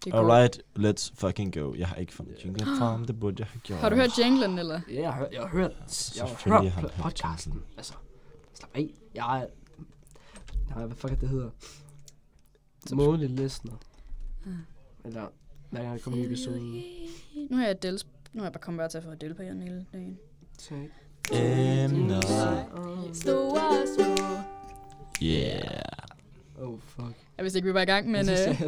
Alright, let's fucking go. Jeg har ikke fundet jinglen frem, det burde jeg have gjort. Har du hørt jinglen, eller? Ja, jeg har hørt Selvfølgelig har jeg hørt podcasten. Altså, slap af. Jeg hvad fuck det hedder? Månedlig listener. Eller, hver gang jeg kommer i en episode. Nu har jeg bare kommet til at få Adele på jer hele dagen. Tak. Emner. Store og små. Yeah. Oh, fuck. Jeg vidste ikke, vi var i gang, men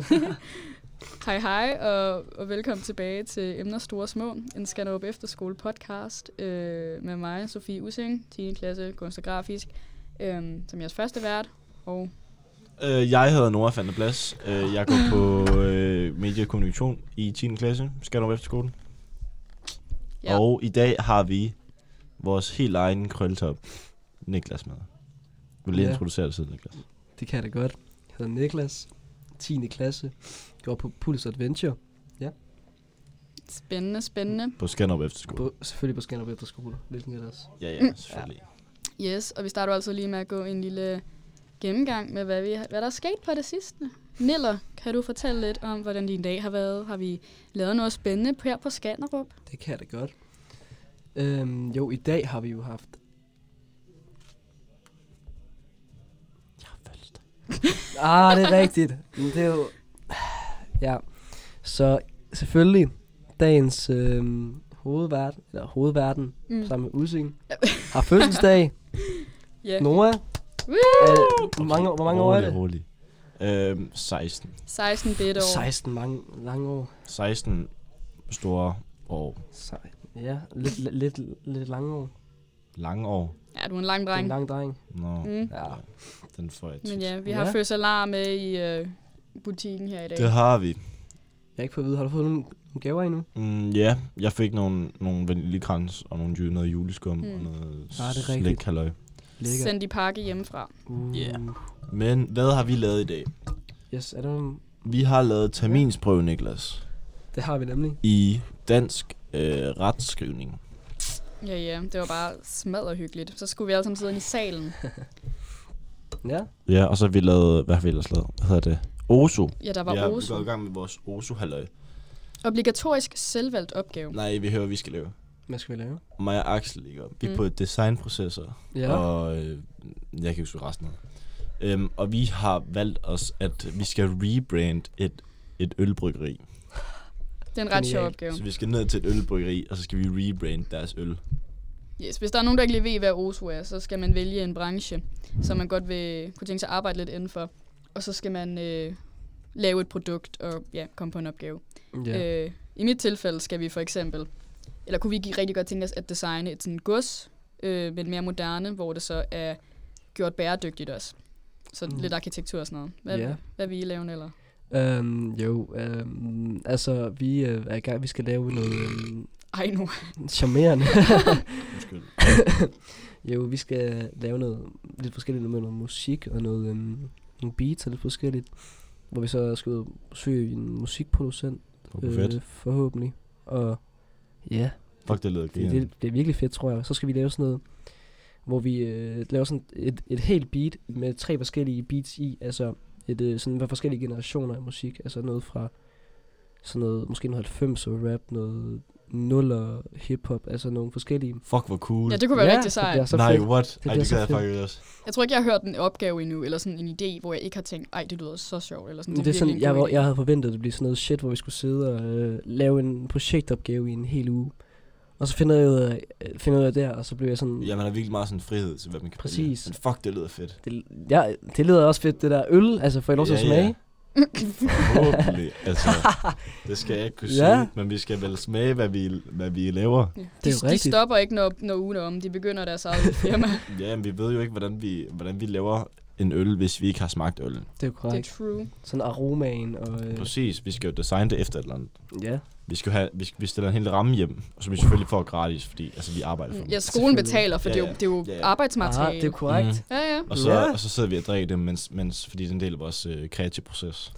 hej og velkommen tilbage til Emner Store og Små, en Skanderup Efterskole podcast med mig, Sofie Ussing, 10. klasse, kunst og grafisk, som jeres første vært. Og Jeg hedder Nora van der Blas. Jeg går på medie og kommunikation i 10. klasse, Skanderup Efterskole. ja. Og i dag har vi vores helt egen krølletop, Niklas med. Vil du lige introducere dig selv, Niklas? Det kan jeg da godt. Jeg hedder Niklas, 10. klasse, går på Puls Adventure. Ja. Spændende. På Skanderup Efterskole. Selvfølgelig på Skanderup Efterskole. Hvilken er det også? Ja, selvfølgelig. Yes, og vi starter altså lige med at gå en lille gennemgang med, hvad der er sket på det sidste. Niller, kan du fortælle lidt om, hvordan din dag har været? Har vi lavet noget spændende her på Skanderup? Det kan jeg da godt. Jo, i dag har vi jo haft... Jeg har fødselsdag. Det er rigtigt. Men det er jo... Ja, så selvfølgelig dagens hovedverden sammen med Ussing har fødselsdag. Yeah. Nora, hvor mange år er det? Rolig. 16. 16 bitte år. 16 lange år. 16 store år. Ja, lidt lange år. Lange år. Ja, du er en lang Det er dreng. en lang dreng. Nå, Ja. den får jeg Men ja, vi har fødselar med i butikken her i dag. Det har vi. Jeg har ikke fået at vide, har du fået nogle gaver endnu? Ja, jeg fik nogle vaniljekrans og noget juleskum og noget det er rigtigt. slik halløj. Sendt i pakke hjemmefra. Yeah. Men hvad har vi lavet i dag? Yes, er der Vi har lavet terminsprøve, Niklas, det har vi nemlig. i dansk retskrivning. Ja, det var bare smadderhyggeligt. Så skulle vi alle sammen sidde inde i salen. Ja. Ja, og så har vi lavet, hvad har vi ellers lavet? Hvad hedder det? OSO. Ja, der var Vi OSO. går i gang med vores OSO-halløj. Obligatorisk selvvalgt opgave. Nej, vi hører, hvad vi skal lave. Hvad skal vi lave? Mig og Axel ligger. Vi er på et designprocessor. Ja. Og jeg kan ikke huske resten af. Og vi har valgt os, at vi skal rebrand et ølbryggeri. Det er en ret sjov opgave. Så vi skal ned til et ølbryggeri, og så skal vi rebrand deres øl. Yes, hvis der er nogen, der ikke lige ved, hvad OSO er, så skal man vælge en branche, som man godt vil kunne tænke sig at arbejde lidt indenfor. Og så skal man lave et produkt og komme på en opgave. Ja. I mit tilfælde skal vi for eksempel, eller kunne vi rigtig godt tænke os at designe et sådan gods, men mere moderne, hvor det så er gjort bæredygtigt også. Så lidt arkitektur og sådan noget. Hvad vil I lave, eller? Altså vi er i gang, vi skal lave noget Ej nu. charmerende. Jo, vi skal lave noget lidt forskelligt med noget musik og noget nogle beats og lidt forskelligt, hvor vi så skal søge en musikproducent forhåbentlig. Og ja, fuck, det lyder det er virkelig fedt, tror jeg. Så skal vi lave sådan noget, hvor vi laver sådan et helt beat med 3 forskellige beats i, altså sådan med forskellige generationer af musik, altså noget fra sådan noget, måske noget 90'er rap, noget 0'er hip-hop, altså nogle forskellige. Fuck, hvor cool. Ja, det kunne være rigtig sejt. Nej, what? Det Ej, det gør jeg faktisk også. Jeg tror ikke, jeg har hørt en opgave endnu, eller sådan en idé, hvor jeg ikke har tænkt, ej, det lyder så sjovt, eller sådan. Det er sådan, jeg havde forventet, at det blev sådan noget shit, hvor vi skulle sidde og lave en projektopgave i en hel uge. Og så finder jeg ud af der, og så bliver jeg sådan... Ja, man har virkelig meget sådan frihed til, hvad man kan Præcis. vælge. Men fuck, det lyder fedt. Det lyder også fedt, det der øl, altså får jeg lov til at smage? Forhåbentlig, altså, det skal jeg ikke kunne sige, men vi skal vel smage, hvad vi laver. Ja. Det er jo de stopper ikke, når ugen er om, de begynder deres eget firma. Ja, men vi ved jo ikke, hvordan vi laver en øl, hvis vi ikke har smagt øllen. Det er jo korrekt. Det er true. Sådan aromaen og... Præcis, vi skal jo designe det efter et eller andet. Ja. Vi stiller en hel ramme hjem, som vi selvfølgelig får gratis, fordi altså, vi arbejder for dem. Ja, skolen betaler, for det er jo arbejdsmateriale. Det er korrekt. Ja. Og så sidder vi og drikker det, mens fordi det er en del af vores kreative proces.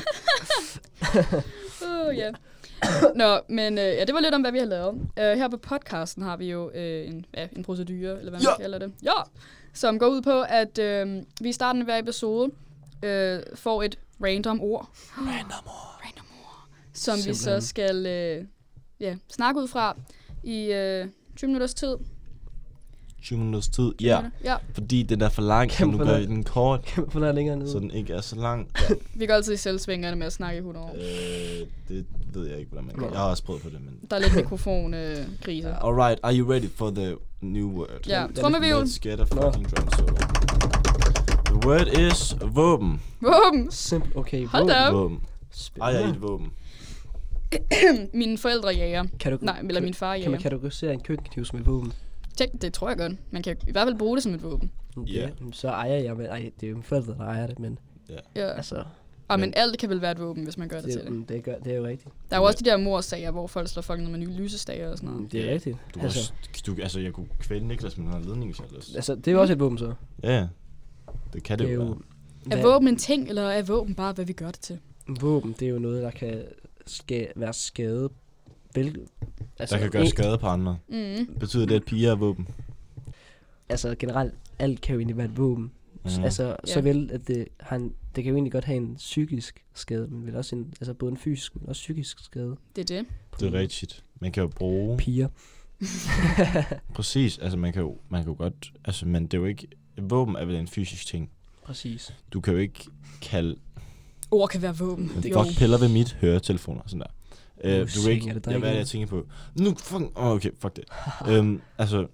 Ja. Nå, men det var lidt om, hvad vi har lavet. Her på podcasten har vi jo en procedure, eller hvad man kalder det. Ja! Som går ud på, at vi i starten af hver episode får et random ord. som vi så Simpelthen. skal snakke ud fra i 20 minutters tid. 20 minutters tid, ja. Ja, Fordi den er for lang, så nu gør vi den kort, Kan man få noget længere ned? så den ikke er så lang. vi går altid i selvsvingerne med at snakke i 100 år. Det ved jeg ikke, hvordan man gør. Okay. Jeg har også prøvet på det, men... Der er lidt mikrofon-kriser. Alright, are you ready for the new word? Ja, trommevirvel. Let's get a fucking drum solo. The word is våben. Våben! Simpel, okay. Hold da op. Våben. Ej, jeg er et våben. Mine forældre jager. Kan du, Nej, eller min far Kan man jager. kategorisere en køkkenkniv som et våben? Det tror jeg godt. Man kan i hvert fald bruge det som et våben. Ja. Så ejer jeg, men ej, det er jo mine forældre, der ejer det, men Ja. altså, Men alt kan vel være et våben, hvis man gør det til det. det er jo rigtigt. Der er jo også de der morsager, hvor folk slår folk ned med nye lysestager og sådan noget. Det er rigtigt. Du kan også, jeg kunne kvæle Niklas med den her ledning, hvis jeg havde lyst. Altså, det er jo også et våben, så. Ja, det kan det jo være. Er våben en ting, eller er våben bare, hvad vi gør det til? Våben, det er jo noget, der kan være skade. Altså, Der kan gøre skade på andre. Betyder det, at piger er våben? Altså generelt, alt kan jo egentlig være et våben. Altså, så vel, at det kan jo egentlig godt have en psykisk skade, men vel også både en fysisk, men også psykisk skade. Det er det. Det er rigtigt. Man kan jo bruge... Piger. Præcis, altså man kan jo godt... Altså, men det er jo ikke... Våben er vel en fysisk ting. Præcis. Du kan jo ikke kalde... Ord kan være våben. Fuck piller ved mit høretelefoner og sådan der. Du kan ikke... Er det hvad er det, jeg tænker på? Nu, okay, fuck det. Altså...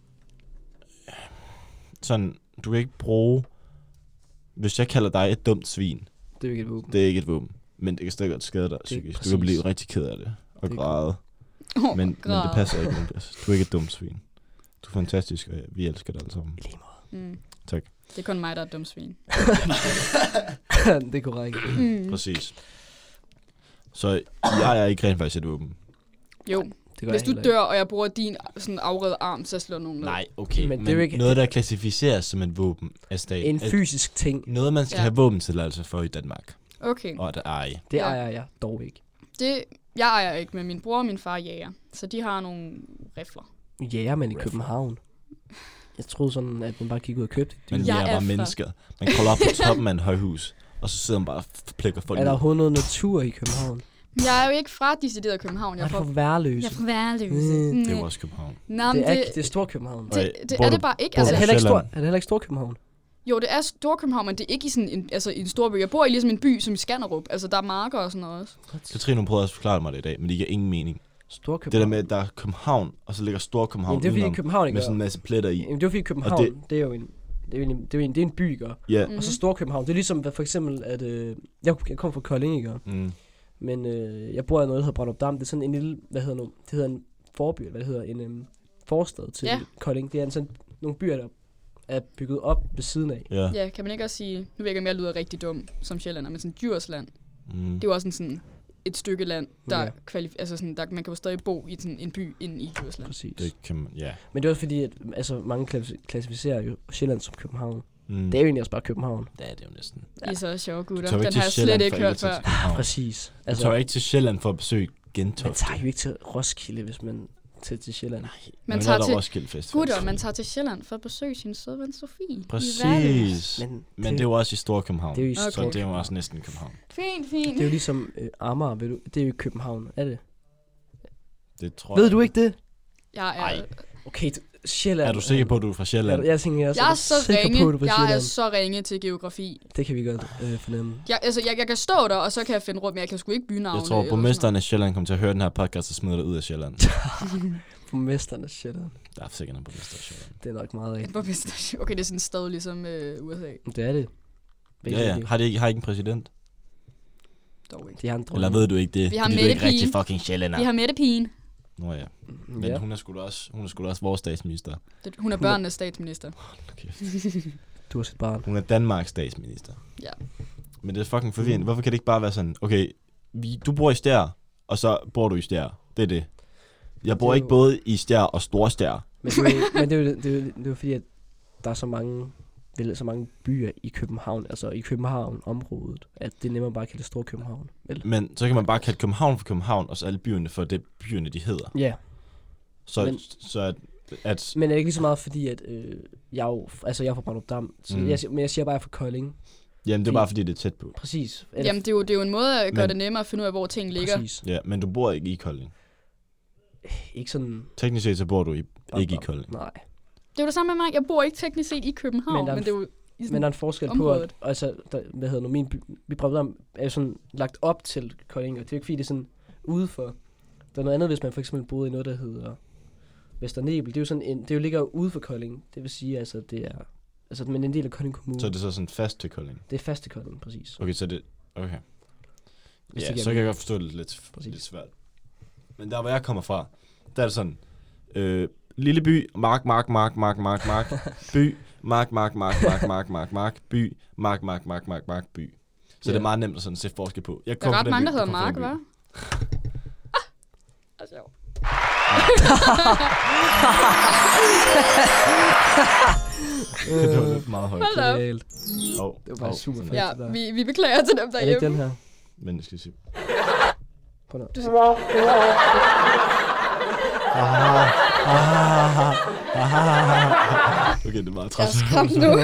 Sådan, du kan ikke bruge... Hvis jeg kalder dig et dumt svin, Det er jo ikke et våben. det er ikke et våben. Men det kan stadig godt skade dig psykisk. Du kan blive rigtig ked af det. Og Det er græde. Men det passer ikke, Niklas. Du er ikke et dumt svin. Du er fantastisk, og vi elsker dig alle sammen. Lige måde. Tak. Det er kun mig, der er et dumt svin. Det er korrekt. Præcis. Så jeg er ikke rent faktisk et våben. Jo, hvis du dør, og jeg bruger din sådan afredde arm, så slår nogen ned. Nej, okay. Men det er jo ikke- noget, der klassificeres som et våben af staten. En fysisk ting, Noget, man skal have våbentilladelse for i Danmark. Okay. Og der ej. det Ja. ejer jeg dog ikke. Jeg ejer ikke, men min bror og min far jager. Så de har nogle rifler. Jæger man i København. Jeg troede sådan, at man bare gik ud og købte det. Men Jeg jeg er er bare fra- mennesker. Man kravler op på toppen af en højhus, og så sidder man bare og plikker folk Er der ned. overhovedet noget natur i København? Jeg er jo ikke fra decideret København. Jeg Er er det fra for værløse? Jeg er fra Værløse. Det er jo også København. Nå, men Det er Storkøbenhavn. det Bor er du- det bare ikke. bor Er du det Altså, på heller ikke Sjælland? er det heller ikke Storkøbenhavn? jo, det er Storkøbenhavn, men det er ikke i sådan en stor by. Jeg bor i ligesom en by som i Skanderup. Altså, der er marker og sådan noget også. Katrine, hun prøvede også at forklare mig det i dag, men det giver ingen mening. Storkøbenhavn. Det der med, at der er København, og så ligger Storkøbenhavn Jamen, det er fordi udenom, København ikke med sådan en masse pletter i. Jamen, det er fordi København, det er jo en by, ikke? Ja. Og så Storkøbenhavn, det er ligesom for eksempel, at jeg kommer fra Kolding, ikke? Men jeg bor i noget, der hedder Brøndum Dam. Det er sådan en lille, det hedder en forby, en forstad til Kolding. Det er sådan nogle byer, der er bygget op ved siden af. Ja. Ja, kan man ikke også sige, nu ved jeg ikke, om jeg lyder rigtig dum som sjællander, men sådan Djursland, det er jo også sådan et stykke land, der altså sådan, der, man kan jo stadig bo i sådan en by inde i Djursland. Præcis. Det kan man, ja. Men det er også fordi, at altså, mange klassificerer jo Sjælland som København. Mm. Det er jo egentlig også bare København. Ja, det er jo næsten. I er så sjove gutter. Du tager jo Den har jeg slet ikke hørt før. Præcis. Altså, du tager jo ikke til Sjælland for at besøge Gentofte. Man tager jo ikke til Roskilde, hvis man tager til Sjælland. Nej, man tager til Roskilde Festival. Gutter, man tager til Sjælland for at besøge sin søde ven Sofie. Præcis. Men det er jo også i Storkøbenhavn. Det er jo i Så det er jo også næsten København. Fint. Det er jo ligesom Amager, ved du. Det er jo i København, er det? Det tror jeg. Ved du ikke det? Jeg er... Okay, Sjælland. Er du sikker på, at du er fra Sjælland? Jeg tænker, jeg er så ringe til geografi. Det kan vi godt fornemme. Jeg kan stå der, og så kan jeg finde rundt, men jeg kan sgu ikke bynavne. Jeg tror, borgmesteren af Sjælland kommer til at høre den her podcast og smider dig ud af Sjælland. Borgmesteren af Sjælland. Der er sikkert en borgmester af Sjælland. Det er nok meget rigtigt. Okay, det er sådan et sted ligesom USA. Det er det. Ja. Har de ikke en præsident? Dog ikke. De har en Eller ved du ikke det? Vi har fordi du er ikke rigtig fucking Sjællander. Vi har Mette Pigen. Nå ja. Men hun er sgu da også vores statsminister. Hun er børnenes statsminister. Okay. Du er sit barn. Hun er Danmarks statsminister. Ja. Men det er fucking forvirrende. Hvorfor kan det ikke bare være sådan, okay, du bor i Stjær, og så bor du i Stjær. Det er det. Jeg bor ikke både i Stjær og Storstjær. Men det er jo fordi, at der er så mange byer i København, altså i København-området, at det er nemmere bare at kalde det Storkøbenhavn. Men så kan man bare kalde København for København, og så alle byerne for det byerne, de hedder. Ja. Så at Men er det ikke lige så meget fordi, at jeg er fra Brøndum Dam, så men jeg siger bare, at jeg er fra Kolding. Jamen, det er bare fordi, det er tæt på. Præcis. Jamen, det er jo en måde at gøre det nemmere at finde ud af, hvor ting ligger. Præcis. Ja, men du bor ikke i Kolding. Ikke sådan... Teknisk set, så bor du ikke i Kolding. Nej. Det er jo det samme med mig. Jeg bor ikke teknisk set i København, men det er jo men der er en forskel området. på, at altså, vi prøvede om, er sådan lagt op til Kolding, og det er jo ikke fordi, det er sådan udenfor. Der er noget andet, hvis man for eksempel boede i noget, der hedder Vesternebel. Det er jo sådan det ligger jo ude for Kolding. Det vil sige, altså, det er... Altså, men en del af Kolding Kommune. Så er det så sådan fast til Kolding? Det er fast til Kolding, præcis. Okay, så det... Okay. Hvis Ja, det så kan jeg godt forstå det lidt svært. Men der, hvor jeg kommer fra, der er det sådan... lille by, mark, by, mark, by, mark, by. Så det er meget nemt at sådan se forskel på. Der er ret mange, der hedder Mark, hva'? Altså, jo. Det var lidt meget højt. Hold da op. Det var bare super fedt. Ja, vi beklager til dem Er det ikke derhjemme. den her? Men jeg skal sige... Prøv nu. Okay, det er meget Jeg træt. er skræmt nu.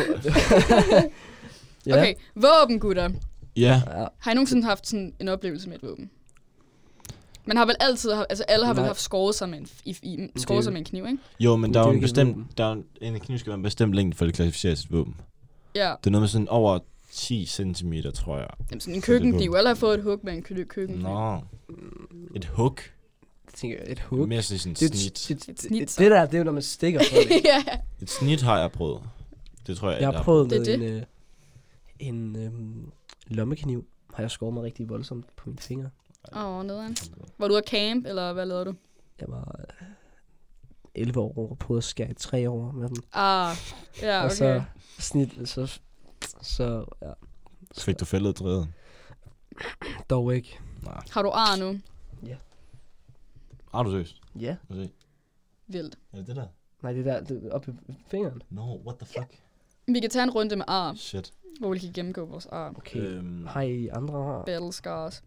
Ja. Okay, våben, gutter. Ja. Har I nogensinde haft sådan en oplevelse med et våben? Man har vel altid haft, altså alle har vel haft skåret sig med skåret sig med en kniv, ikke? Jo, men der er jo en det er jo ikke bestemt... Der er en kniv skal være en bestemt længde, for at det klassificeres et våben. Ja. Det er noget med sådan over 10 cm, tror jeg. Jamen, sådan en køkkenkniv. Alle har fået et hug med en køkkenkniv. Nå. Et hug. Jeg tænker, et hug. Mere sådan Det, snit. Et snit, så. det der, det er jo, når man stikker på det. Ja. Et snit har jeg prøvet. Det tror jeg, Jeg har prøvet Det med en lommekniv. Har jeg skåret mig rigtig voldsomt på mine fingre. Nederen. Var du ude at camp, eller hvad lavede du? Jeg var 11 år og prøvede at skære i 3 år med den. Ja, okay. Og så snit, så ja. Fik du fældet træet? Dog ikke. Nej. Har du ar nu? Har du seriøst? Ja. Må se. Vildt. Er det det der? Nej, det er oppe i fingeren. No, what the fuck? Vi kan tage en runde med ar, Shit. hvor vi kan gennemgå vores ar. Okay. Har I andre ar? Battle scars.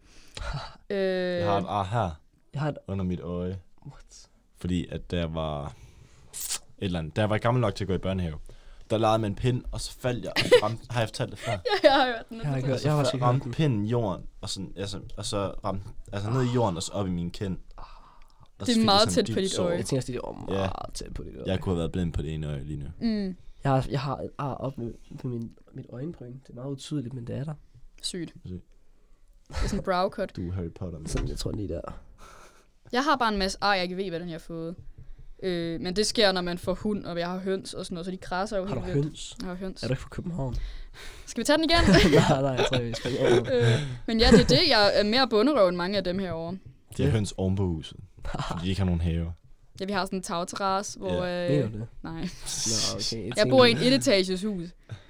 Jeg har et ar her Jeg har et... under mit øje. What? Fordi at der var et eller andet. Da jeg var gammel nok til at gå i børnehave, der legede med en pind, og så faldt jeg og ramte... Har jeg fortalt det før? Ja, jeg har hørt den. Jeg har ikke Og hørt. så Jeg har faktisk ikke hørt ramte den. pinden jorden, og, sådan, og så ramte... Altså ned i jorden, og så op i min kind. Og Det så er fik meget jeg sådan tæt en på dyb dit sår. øje. Jeg tænker, at det er meget tæt på det der. Jeg kunne have været blind på det ene øje lige nu. Mm, Jeg har et ar op på mit øjenbryn. Det er meget utydeligt, men det er der. sygt. Se. Det er sådan en brow cut. Du er Harry Potter. Sådan, jeg tror lige der. Jeg har bare en masse ar, jeg ikke ved, hvordan jeg har fået. Men det sker, når man får hund, og jeg har høns og sådan noget, så de krasser jo Har du helt vildt. høns? Jeg har høns. Er du ikke fra København? Skal vi tage den igen? nej, jeg tror, vi skal over. Men ja, det er det. Jeg er mere bunderøv end mange af dem herovre. De har høns oven på huset, fordi de ikke har nogen have. Ja, vi har sådan en tagterrasse, hvor... Mener du det? Nej. Nå, okay. Jeg bor i et etetages hus.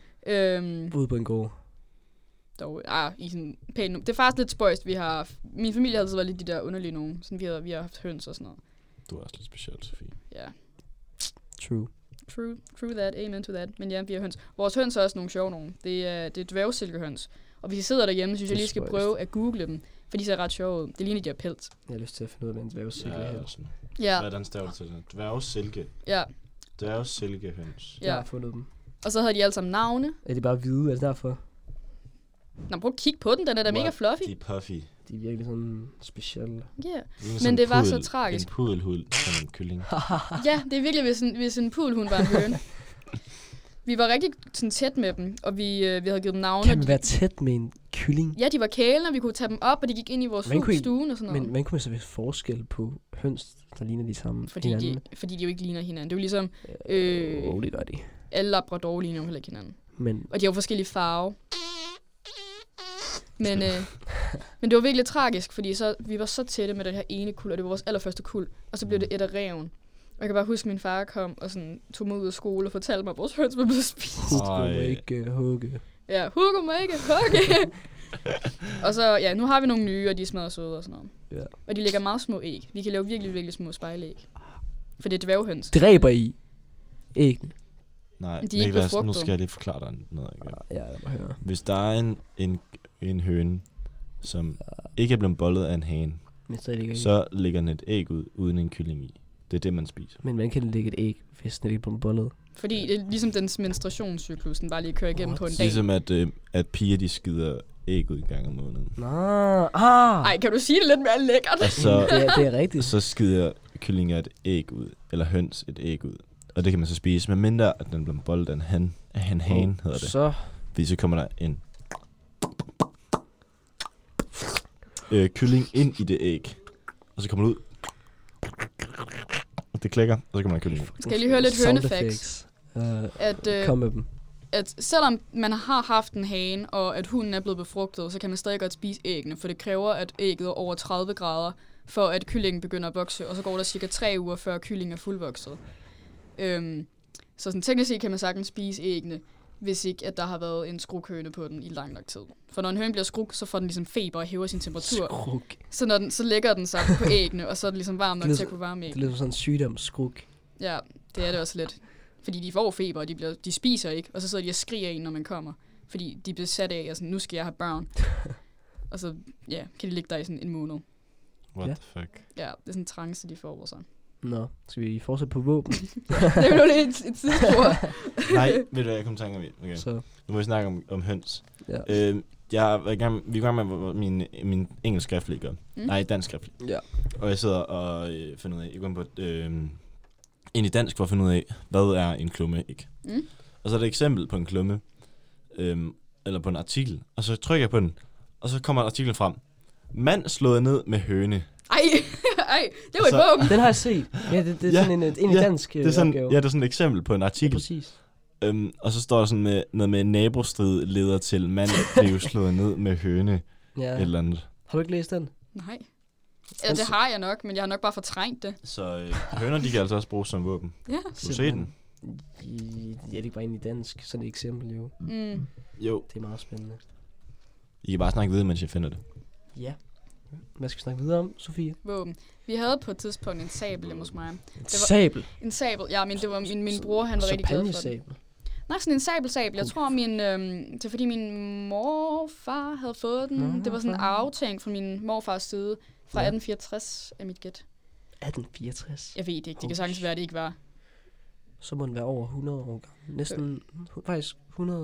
Ude på en gård. Dog, i sådan pæn... Det er faktisk lidt spøjst, vi har... Min familie har altid været lidt de der underlige nogen. Sådan, vi har haft høns og sådan noget. Du er også lidt speciel, Sofie. Ja. True. True that, amen to that. Men ja, vi har høns. Vores høns er også nogle sjove nogen. Det er dværgsilkehøns. Og hvis I sidder derhjemme, synes jeg lige skal prøve at google dem. For de ser ret sjove ud. Det ligner, de har pels. Jeg har lyst til at finde ud af, hvad en dværgsilke er. Ja. Hvordan staver du til det? Dværgsilke. Ja. Dværgsilkehøns. Jeg har fundet dem. Og så havde de alle sammen navne. Er de bare hvide? Er det derfor? Nå, prøv at kigge på den. Den er da mega fluffy. De er puffy. De er virkelig sådan specielle. Ja. Men det var så tragisk. En pudelhud som en kylling. Ja, det er virkelig, hvis en pudelhund var en høne. Vi var rigtig sådan tæt med dem, og vi havde givet dem navne. Kan man være tæt med en kylling? Ja, de var kælende, og vi kunne tage dem op, og de gik ind i vores stuen og sådan noget. Men hvordan kunne man så være forskel på høns, der ligner de samme fordi de jo ikke ligner hinanden. Det er jo ligesom... det gør de. Alle labrador ligner jo heller ikke hinanden. Men og de har jo forskellige farver. Men det var virkelig tragisk, fordi vi var så tætte med den her ene kuld, og det var vores allerførste kuld. Og så blev det et af ræven. Og jeg kan bare huske, at min far kom og sådan, tog mig ud af skole og fortalte mig, at vores høns var blevet spist. Hugo må ikke hugge. Ja, Hugo må ikke hugge. Og så, ja, nu har vi nogle nye, og de er smadret søde og sådan noget. Ja. Og de lægger meget små æg. Vi kan lave virkelig, virkelig små spejlæg. For det er dværghøns. Dræber I æggene? Nej, de er Niklas, nu skal jeg lige forklare dig noget. Ja, jeg må høre. Hvis der er en høne, som ikke er blevet bollet af en hane, så lægger den et æg ud, uden en kylling i. Det er det, man spiser. Men man kan lægge et æg, hvis den ikke er blevet bollet. Fordi det er ligesom dens menstruationscyklus, den bare lige kører igennem på en dag. Ligesom at piger, de skider æg ud en gang om måneden. Ej, kan du sige det lidt mere lækkert? Og så, det er rigtigt. så skider kyllinger et æg ud, eller høns et æg ud. Og det kan man så spise, med mindre at den bliver boldet af en hane, hedder det. Så. Fordi så kommer der en kylling ind i det æg. Og så kommer det ud. Og det klikker, og så kommer der kylling ud. Skal jeg lige høre lidt hønefacts? Kom med dem. At selvom man har haft en hane, og at hunden er blevet befrugtet, så kan man stadig godt spise æggene, for det kræver, at ægget er over 30 grader, for at kyllingen begynder at vokse, og så går der cirka 3 uger, før kyllingen er fuldvokset. Så sådan teknisk set kan man sagtens spise æggene, hvis ikke at der har været en skrukhøne på den i lang nok tid. For når en høne bliver skruk, så får den ligesom feber og hæver sin temperatur. Skruk. Så lægger den sig på æggene, og så er det ligesom varmt nok til at kunne varme æggene. Det er lidt sådan en sygdomsskruk. Ja, det er det også lidt. Fordi de får feber, og de spiser ikke, og så sidder de og skriger ind, når man kommer. Fordi de er besat af, og sådan, nu skal jeg have børn. Og så kan de ligge der i sådan en måned. What the fuck? Ja, det er sådan en trance, de får. Så. Nå, skal vi fortsætte på våben? Det er jo lidt et tidsspor. Nej, ved du hvad, jeg kom tænke om? Okay. Så. Nu må vi snakke om høns. Ja. Vi er i gang med min engelsk skriftlige gør. Nej, dansk skriftlige. Ja. Og jeg sidder og finder ud af, jeg går ind på ind i dansk for at finde ud af, hvad er en klumme, ikke? Og så er det et eksempel på en klumme, eller på en artikel, og så trykker jeg på den, og så kommer artiklen frem. Mand slået ned med høne. Ej, det var et våben. Den har jeg set. Ja, det er sådan en dansk det er sådan, opgave. Ja, det er sådan et eksempel på en artikel. Ja, præcis. Og så står der sådan noget med nabostrid leder til mand blev slået ned med høne. Ja. Eller andet. Har du ikke læst den? Nej. Eller det har jeg nok, men jeg har nok bare fortrængt det. Så høner, de kan altså også bruges som våben. Ja. Skal du se den? Ja, det er bare en i dansk, sådan et eksempel jo. Jo. Det er meget spændende. I kan bare snakke videre, mens jeg finder det. Ja. Hvad skal vi snakke videre om, Sofie? Våben. Vi havde på et tidspunkt en sabel hjemme hos mig. Sabel? En sabel, ja, men det var min bror, han var rigtig glad for den. Nej, sådan en sabel. Jeg tror, det er fordi min morfar havde fået den. Det var sådan en arveting fra min morfars side fra 1864 af mit gæt. 1864? Jeg ved det ikke. Det kan sagtens være, det ikke var. Så må den være over 100 år gammel. Næsten faktisk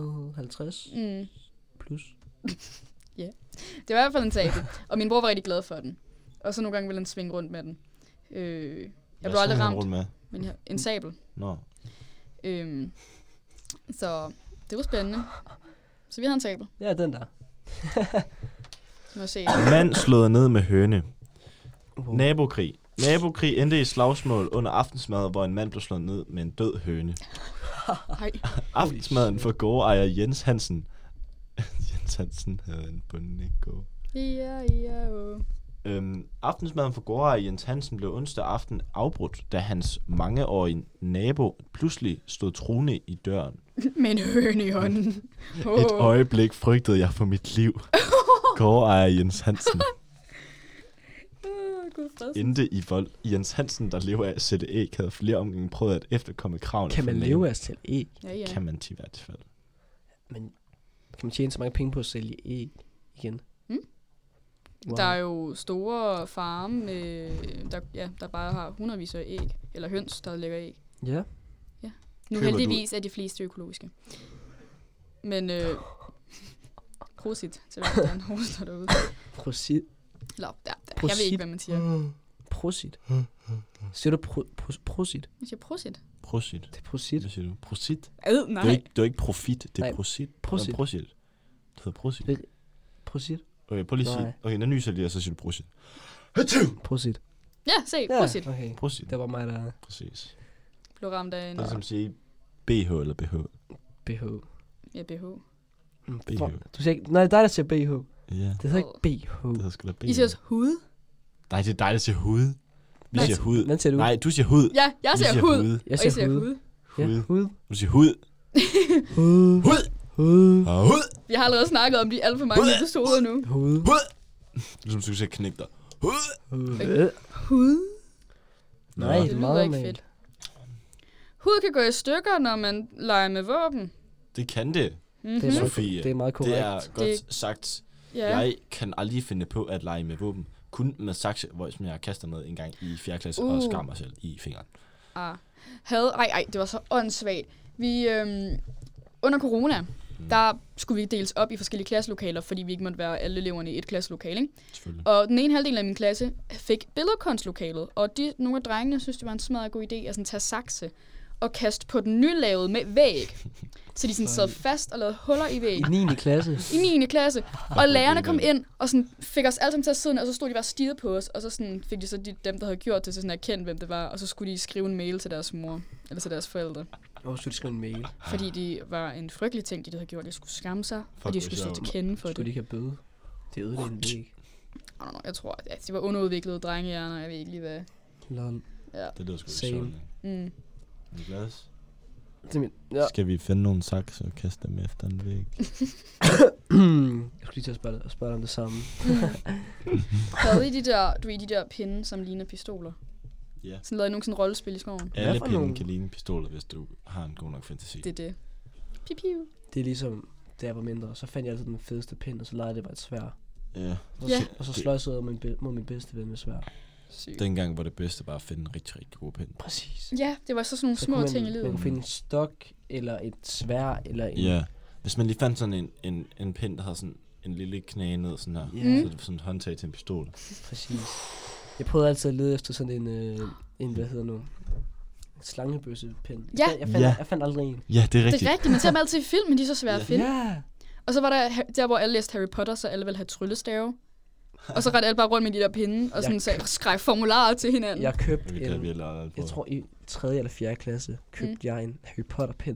150 plus. Ja. Det var i hvert fald en sabel. Og min bror var rigtig glad for den. Og så nogle gange ville han svinge rundt med den. Jeg blev aldrig ramt. Med? Men en sabel. Nå. Så det var spændende. Så vi havde en sabel. Ja, den der. Må se. Mand slået ned med høne. Nabokrig. Nabokrig endte i slagsmål under aftensmad, hvor en mand blev slået ned med en død høne. Aftensmaden for gårdejer Jens Hansen. Jens Hansen havde en bondegård. Ja. Aftensmaden for gårdejer Jens Hansen blev onsdag aften afbrudt, da hans mangeårige nabo pludselig stod truende i døren. Med en høne i hånden. Et øjeblik frygtede jeg for mit liv. Gårdejer Jens Hansen. Endte i vold. Jens Hansen, der lever af at sætte æg, havde flere omgange prøvet at efterkomme kravene. Kan man leve af at sælge æg? Ja. Kan man til hvert fald. Men kan man tjene så mange penge på at sælge æg igen? Wow. Der er jo store farme, der bare har hundredvis af æg. Eller høns, der lægger æg. Ja. Nu heldigvis er de fleste økologiske. Men prosit til hver der hoster derude. Prosit? Jeg ved ikke, hvad man siger. Prosit? Siger du prosit? Jeg siger prosit. Prosit. Det er prosit. Hvad siger du? Prosit? Nej. Det er ikke profit, det er prosit. Prosit. Prosit. Det hedder prosit. Prosit? Okay, prøv lige at sige. Okay, når nyser lige, og så siger du prosit. Prosit. Ja, se, prosit. Okay. Prosit. Det var mig, der Præcis. Blev ramt af en... Det er som at sige BH eller BH. BH. Ja, BH. BH. Du siger ikke... Nej, det er dig, der siger BH. Ja. Det hedder ikke BH. Det hedder sgu da BH. I siger hud? Nej, det er dig, der siger hud. Vi siger hud. Hvad siger du? Nej, du siger hud. Ja, jeg siger hud. Jeg siger hud. Hud. Ja, hud. Du siger hud. Hud. Hud. Hud. Hud. Vi har allerede snakket om de alt for mange episoder nu. Hud. Hud. Ligesom du skal knække dig. Hud. Hud? Nej, det er lyder meget ikke normalt. fedt. Hud kan gå i stykker, når man leger med våben. Det kan det. Mm-hmm. Det er Sofie. Det er meget korrekt. Det er godt sagt. Ja. Jeg kan aldrig finde på at lege med våben. Kun med sakse, hvor jeg kaster noget en gang i 4. klasse og skar mig selv i fingeren. Det var så åndssvagt. Vi, under corona, der skulle vi deles op i forskellige klasselokaler, fordi vi ikke måtte være alle eleverne i et klasselokale, ikke? Og den ene halvdel af min klasse fik billedkunstlokalet, og nogle af drengene synes, det var en smadret god idé at sådan tage sakse og kaste på den nylavede væg. Så de sådan sad fast og lavede huller i væggen. I 9. klasse? I 9. klasse. Og lærerne kom ind og sådan fik os alle sammen til at sidde, og så stod de bare stirret på os, og så sådan fik de så dem, der havde gjort det, til sådan at kende, hvem det var, og så skulle de skrive en mail til deres mor, eller til deres forældre. Hvorfor skulle de skrive en mail? Fordi de var en frygtelig ting, de havde gjort. De skulle skamme sig, og de skulle stå til kende for det. Skulle de ikke have bøde? Det ødelagde en væg. Jeg tror, at de var underudviklede drengehjerner, jeg ved ikke lige hvad. Lol. Ja. Det lyder sgu sjovt. Niklas? Ja. Skal vi finde nogle sakser og kaste dem efter en væg? Jeg skulle lige til at spørge om det samme. Havde I de der pinde, som ligner pistoler? Ja. Sådan lavede I nogle sådan rollespil i skoven? Alle pinde kan ligne pistoler, hvis du har en god nok fantasi. Det er det. Piu. Det er ligesom, da jeg var mindre, så fandt jeg altid den fedeste pind, og så legede det bare et sværd. Ja. Og så sløjsede jeg mod min bedste ven med sværd. Sygt. Dengang var det bedste bare at finde en rigtig, rigtig god pind. Præcis. Ja, det var så sådan nogle små ting i livet. Man kunne finde en stok, eller et sværd, eller en... Ja. Hvis man lige fandt sådan en pind, der havde sådan en lille knæ ned, sådan her. Yeah. Så det var sådan et håndtag til en pistol. Præcis. Jeg prøvede altid at lede efter sådan en hvad hedder nu? En slangebøssepind. Ja. Jeg fandt aldrig en. Ja, det er rigtigt. Det er rigtigt, man ser dem altid i film, men de er så svære at finde. Ja. Og så var der hvor alle læste Harry Potter, så alle ville have tryllestave. Og så rendte alle bare rundt med de der pinde, og sådan skrev formularer til hinanden. Jeg købte jeg tror i 3. eller 4. klasse, købte jeg en Harry Potter pind.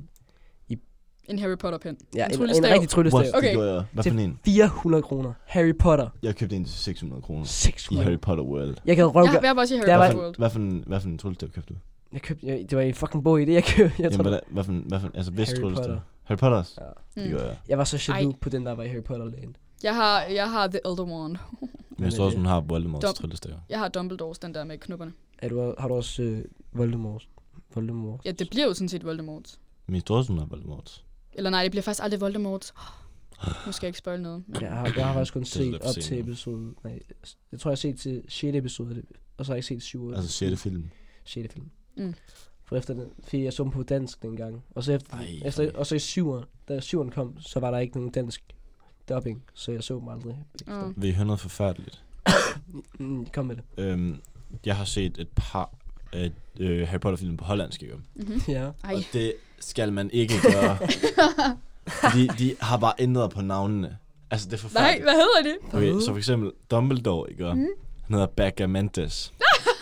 En Harry Potter pind? Ja, en rigtig tryllestav. Okay. Hvad for en? 400 kroner. Harry Potter. Jeg købte en til 600 kroner. 600? I Harry Potter World. Jeg kan røvge. Jeg var også i Harry Potter World. Hvad for en tryllestav købte du? Jeg købte, det var en fucking bog i det, jeg købte. Hvad for altså bedst tryllestav? Harry Potters? Ja. Det gør jeg. Jeg var så jaloux på den, der var i Harry Potter-lægen. Jeg har The Elder Wand. Men jeg tror også, hun har Voldemorts tryllestav. Jeg har Dumbledores, den der med knupperne. Har du også Voldemort? Ja, det bliver jo sådan set Voldemort. Men jeg tror også, hun har Voldemort. Eller nej, det bliver faktisk aldrig Voldemort. Nu skal jeg ikke spoil noget. Jeg har faktisk kun set op til episode... Nej, jeg tror, jeg har set til 6. episode, og så har jeg ikke set 7. Altså 6. film. 6. film. For efter den, fordi jeg så dem på dansk dengang. Og så efter og så i 7'eren, da 7'eren kom, så var der ikke nogen dansk dubbing, så jeg så dem aldrig. Vil I høre noget forfærdeligt? Kom med det. Jeg har set et par Harry Potter-film på hollandsk, ikke? Ja. Og det skal man ikke gøre. Fordi de har bare ændret på navnene. Altså, det er forfærdeligt. Nej, hvad hedder det? Okay, så for eksempel Dumbledore, ikke? Han hedder Bagamantes.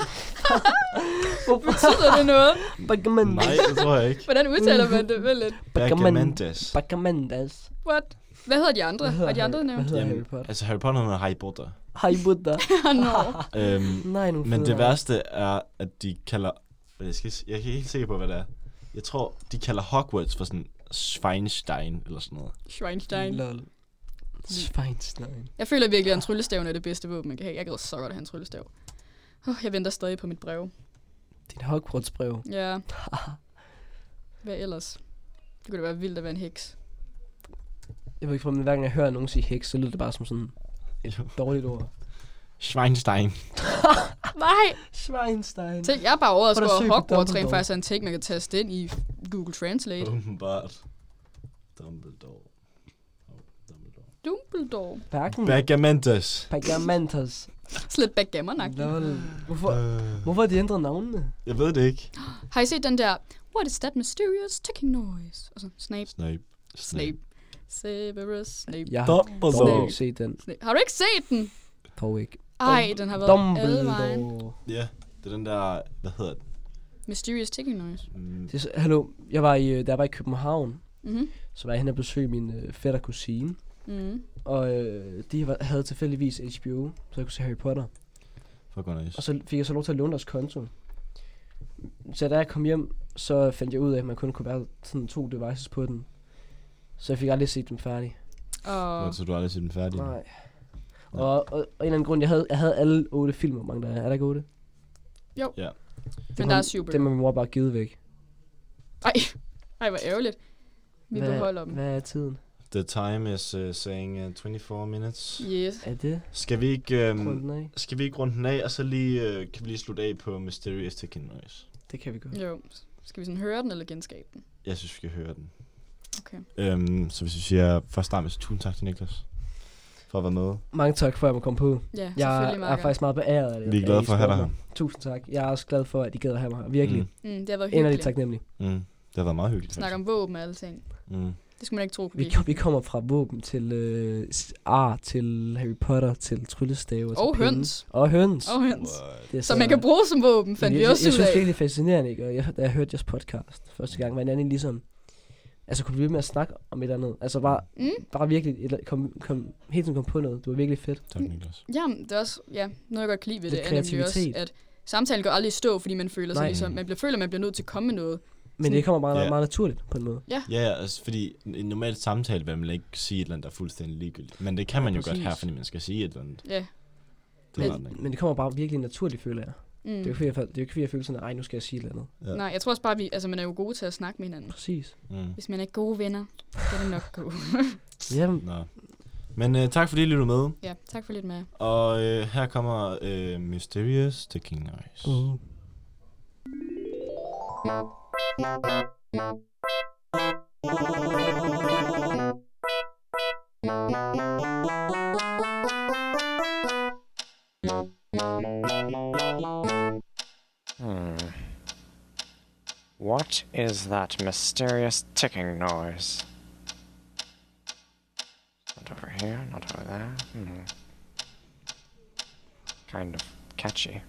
Betyder det noget? Nej, det tror jeg ikke. Hvordan udtaler man det? Vel lidt. Bagamantes. Bagamantes. What? Hvad hedder de andre? Har de andre nævnt? Harry Potter? Altså, Harry Potter hedder Harry Potter. Harry Potter. Nej, men det værste er, at de kalder... Jeg er ikke helt sikker på, hvad det er. Jeg tror, de kalder Hogwarts for sådan Schweinstein eller sådan noget. Schweinstein. Lol. Schweinstein. Jeg føler virkelig, at en tryllestav er det bedste våben, man kan have. Jeg gad så godt at have en tryllestav. Jeg venter stadig på mit brev. Dit Hogwarts-brev? Ja. Hvad ellers? Det kunne da være vildt at være en heks. Jeg ved ikke, for hver gang jeg hører nogen sige heks, så lyder det bare som sådan et dårligt ord. Schweinstein. Nej! Schweinstein. Tænk, jeg er bare overrasket over, at Hogwarts rent faktisk er en ting, man kan taste ind i Google Translate. Åbenbart. Dumbledore. Bagamantes. Bagamantes. Slet backgammon-agtigt. Hvorfor har de ændret navnene? Jeg ved det ikke. Har I set den der, what is that mysterious ticking noise? Og så, Snape. Severus Snape. Jeg har ikke set den. Har du ikke set den? Dog ikke. Ej, den har været alle vejen. Ja, det er den der, hvad hedder den? Mysterious ticking noise. Hallo, da jeg var i København, så var jeg hen og besøge min fætter kusine. Og de havde tilfældigvis HBO, så jeg kunne se Harry Potter. Nice. Og så fik jeg så lov til at låne deres konto. Så da jeg kom hjem, så fandt jeg ud af, at man kun kunne være sådan 2 devices på den. Så jeg fik aldrig set dem færdig. Så du har aldrig set dem færdig? Nej. Og en eller anden grund, jeg havde alle 8 film, hvor mange der er. Er der ikke 8? Jo. Ja. Men der er 7 bøger. Dem har min mor bare givet væk. Ej, hvor ærgerligt. Vi beholder dem. Hvad er tiden? The time is saying 24 minutes. Yes. Er det? Skal vi ikke runde den af, og så kan vi lige slutte af på Mysterious Ticking Noise? Det kan vi gøre. Jo. Skal vi sådan høre den, eller genskabe den? Jeg synes, vi skal høre den. Okay. Så hvis vi siger først start med, så tusind tak til Niklas for at være med. Mange tak for, at jeg må komme på. Ja, Jeg er faktisk meget beæret af det. Vi er glade for at have dig her. Tusind tak. Jeg er også glad for, at I gad at have mig her. Virkelig. Det har været Inderligt hyggeligt. taknemmelig. Det har været meget hyggeligt. Snakke om våben og alle ting. Det skulle man ikke tro kunne Vi kommer fra våben til til Harry Potter, til tryllestaver, og til høns. Og høns. Og høns. Det er Som man kan bruge som våben, fandt vi også jeg ud synes af. virkelig, det er fascinerende, ikke? Og da jeg hørte jeres podcast første gang, var jeg ligesom... Altså, kunne du blive med at snakke om et eller andet? Altså, bare virkelig helt tiden kom på noget. Det var virkelig fedt. Tak, Niklas. Jamen, det er også noget, jeg godt kan lide ved Det det, er nemlig også, at samtalen går aldrig i stå, fordi man føler sig ligesom... Man føler, man bliver nødt til at komme med noget. Men det kommer bare meget naturligt på en måde. Ja, altså, fordi en normal samtale vil man ikke sige et eller andet, der er fuldstændig ligegyldigt. Men det kan man jo godt her, fordi man skal sige et eller andet. Ja. Men det kommer bare virkelig naturligt, føler jeg. Det er jo ikke fordi, jeg føler sådan, at nu skal jeg sige et eller andet. Ja. Nej, jeg tror også bare, man er jo gode til at snakke med hinanden. Præcis. Hvis man er gode venner, så er det nok gode. Jamen. Nå. Men tak fordi I lyttede med. Ja, tak for lidt med. Og her kommer Mysterious Ticking Noise. What is that mysterious ticking noise? Not over here, not over there. Kind of catchy.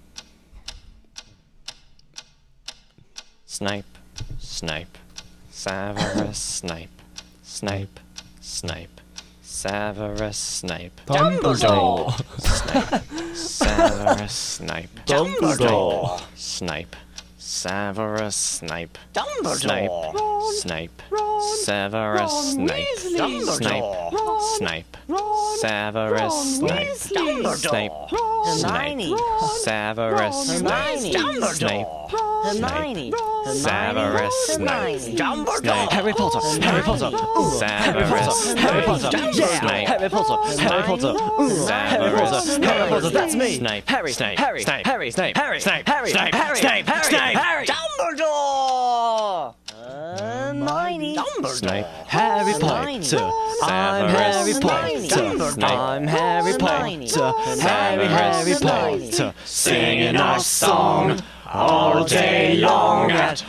Snape, Snape, Severus Snape, Snape, Snape, Severus Snape, Dumbledore, Snape, Severus Snape, Dumbledore, Snape, Severus Snape, Dumbledore, Snape, Severus Snape, Snape, Snape, Severus Snape, Snape, Hermione, Severus Snape, Snape, Hermione, Severus Snape, Dumbledore, Harry Potter, Harry Potter, Severus, Harry Potter, Snape, Harry Potter, Harry Potter, Harry Potter, Harry Potter, that's me, Snape, Harry, Snape, Harry, Snape, Harry, Snape, Harry, Snape, Harry, Snape, Harry, Snape, Harry, Snape, Dumbledore, Hermione, Snape, Harry Potter, I'm Harry Potter, I'm Harry Potter, Harry Potter, singing our song all day long at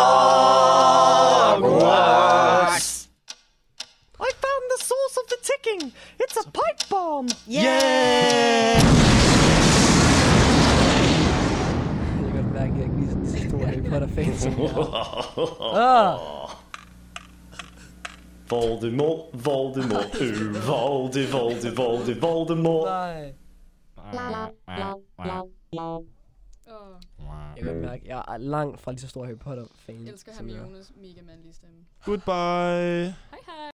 Hogwarts. I found the source of the ticking. It's a pipe bomb. Yeah! Jeg kan godt mærke, at jeg ikke lige sådan så stor Harry Potter-fan som jeg er. Voldemort, Voldemort, Voldemort. Nej. Jeg kan godt mærke, at jeg er langt fra lige så stor Harry Potter-fan. Jeg elsker Hermiones mega mandlige stemme. Goodbye. Hej hej.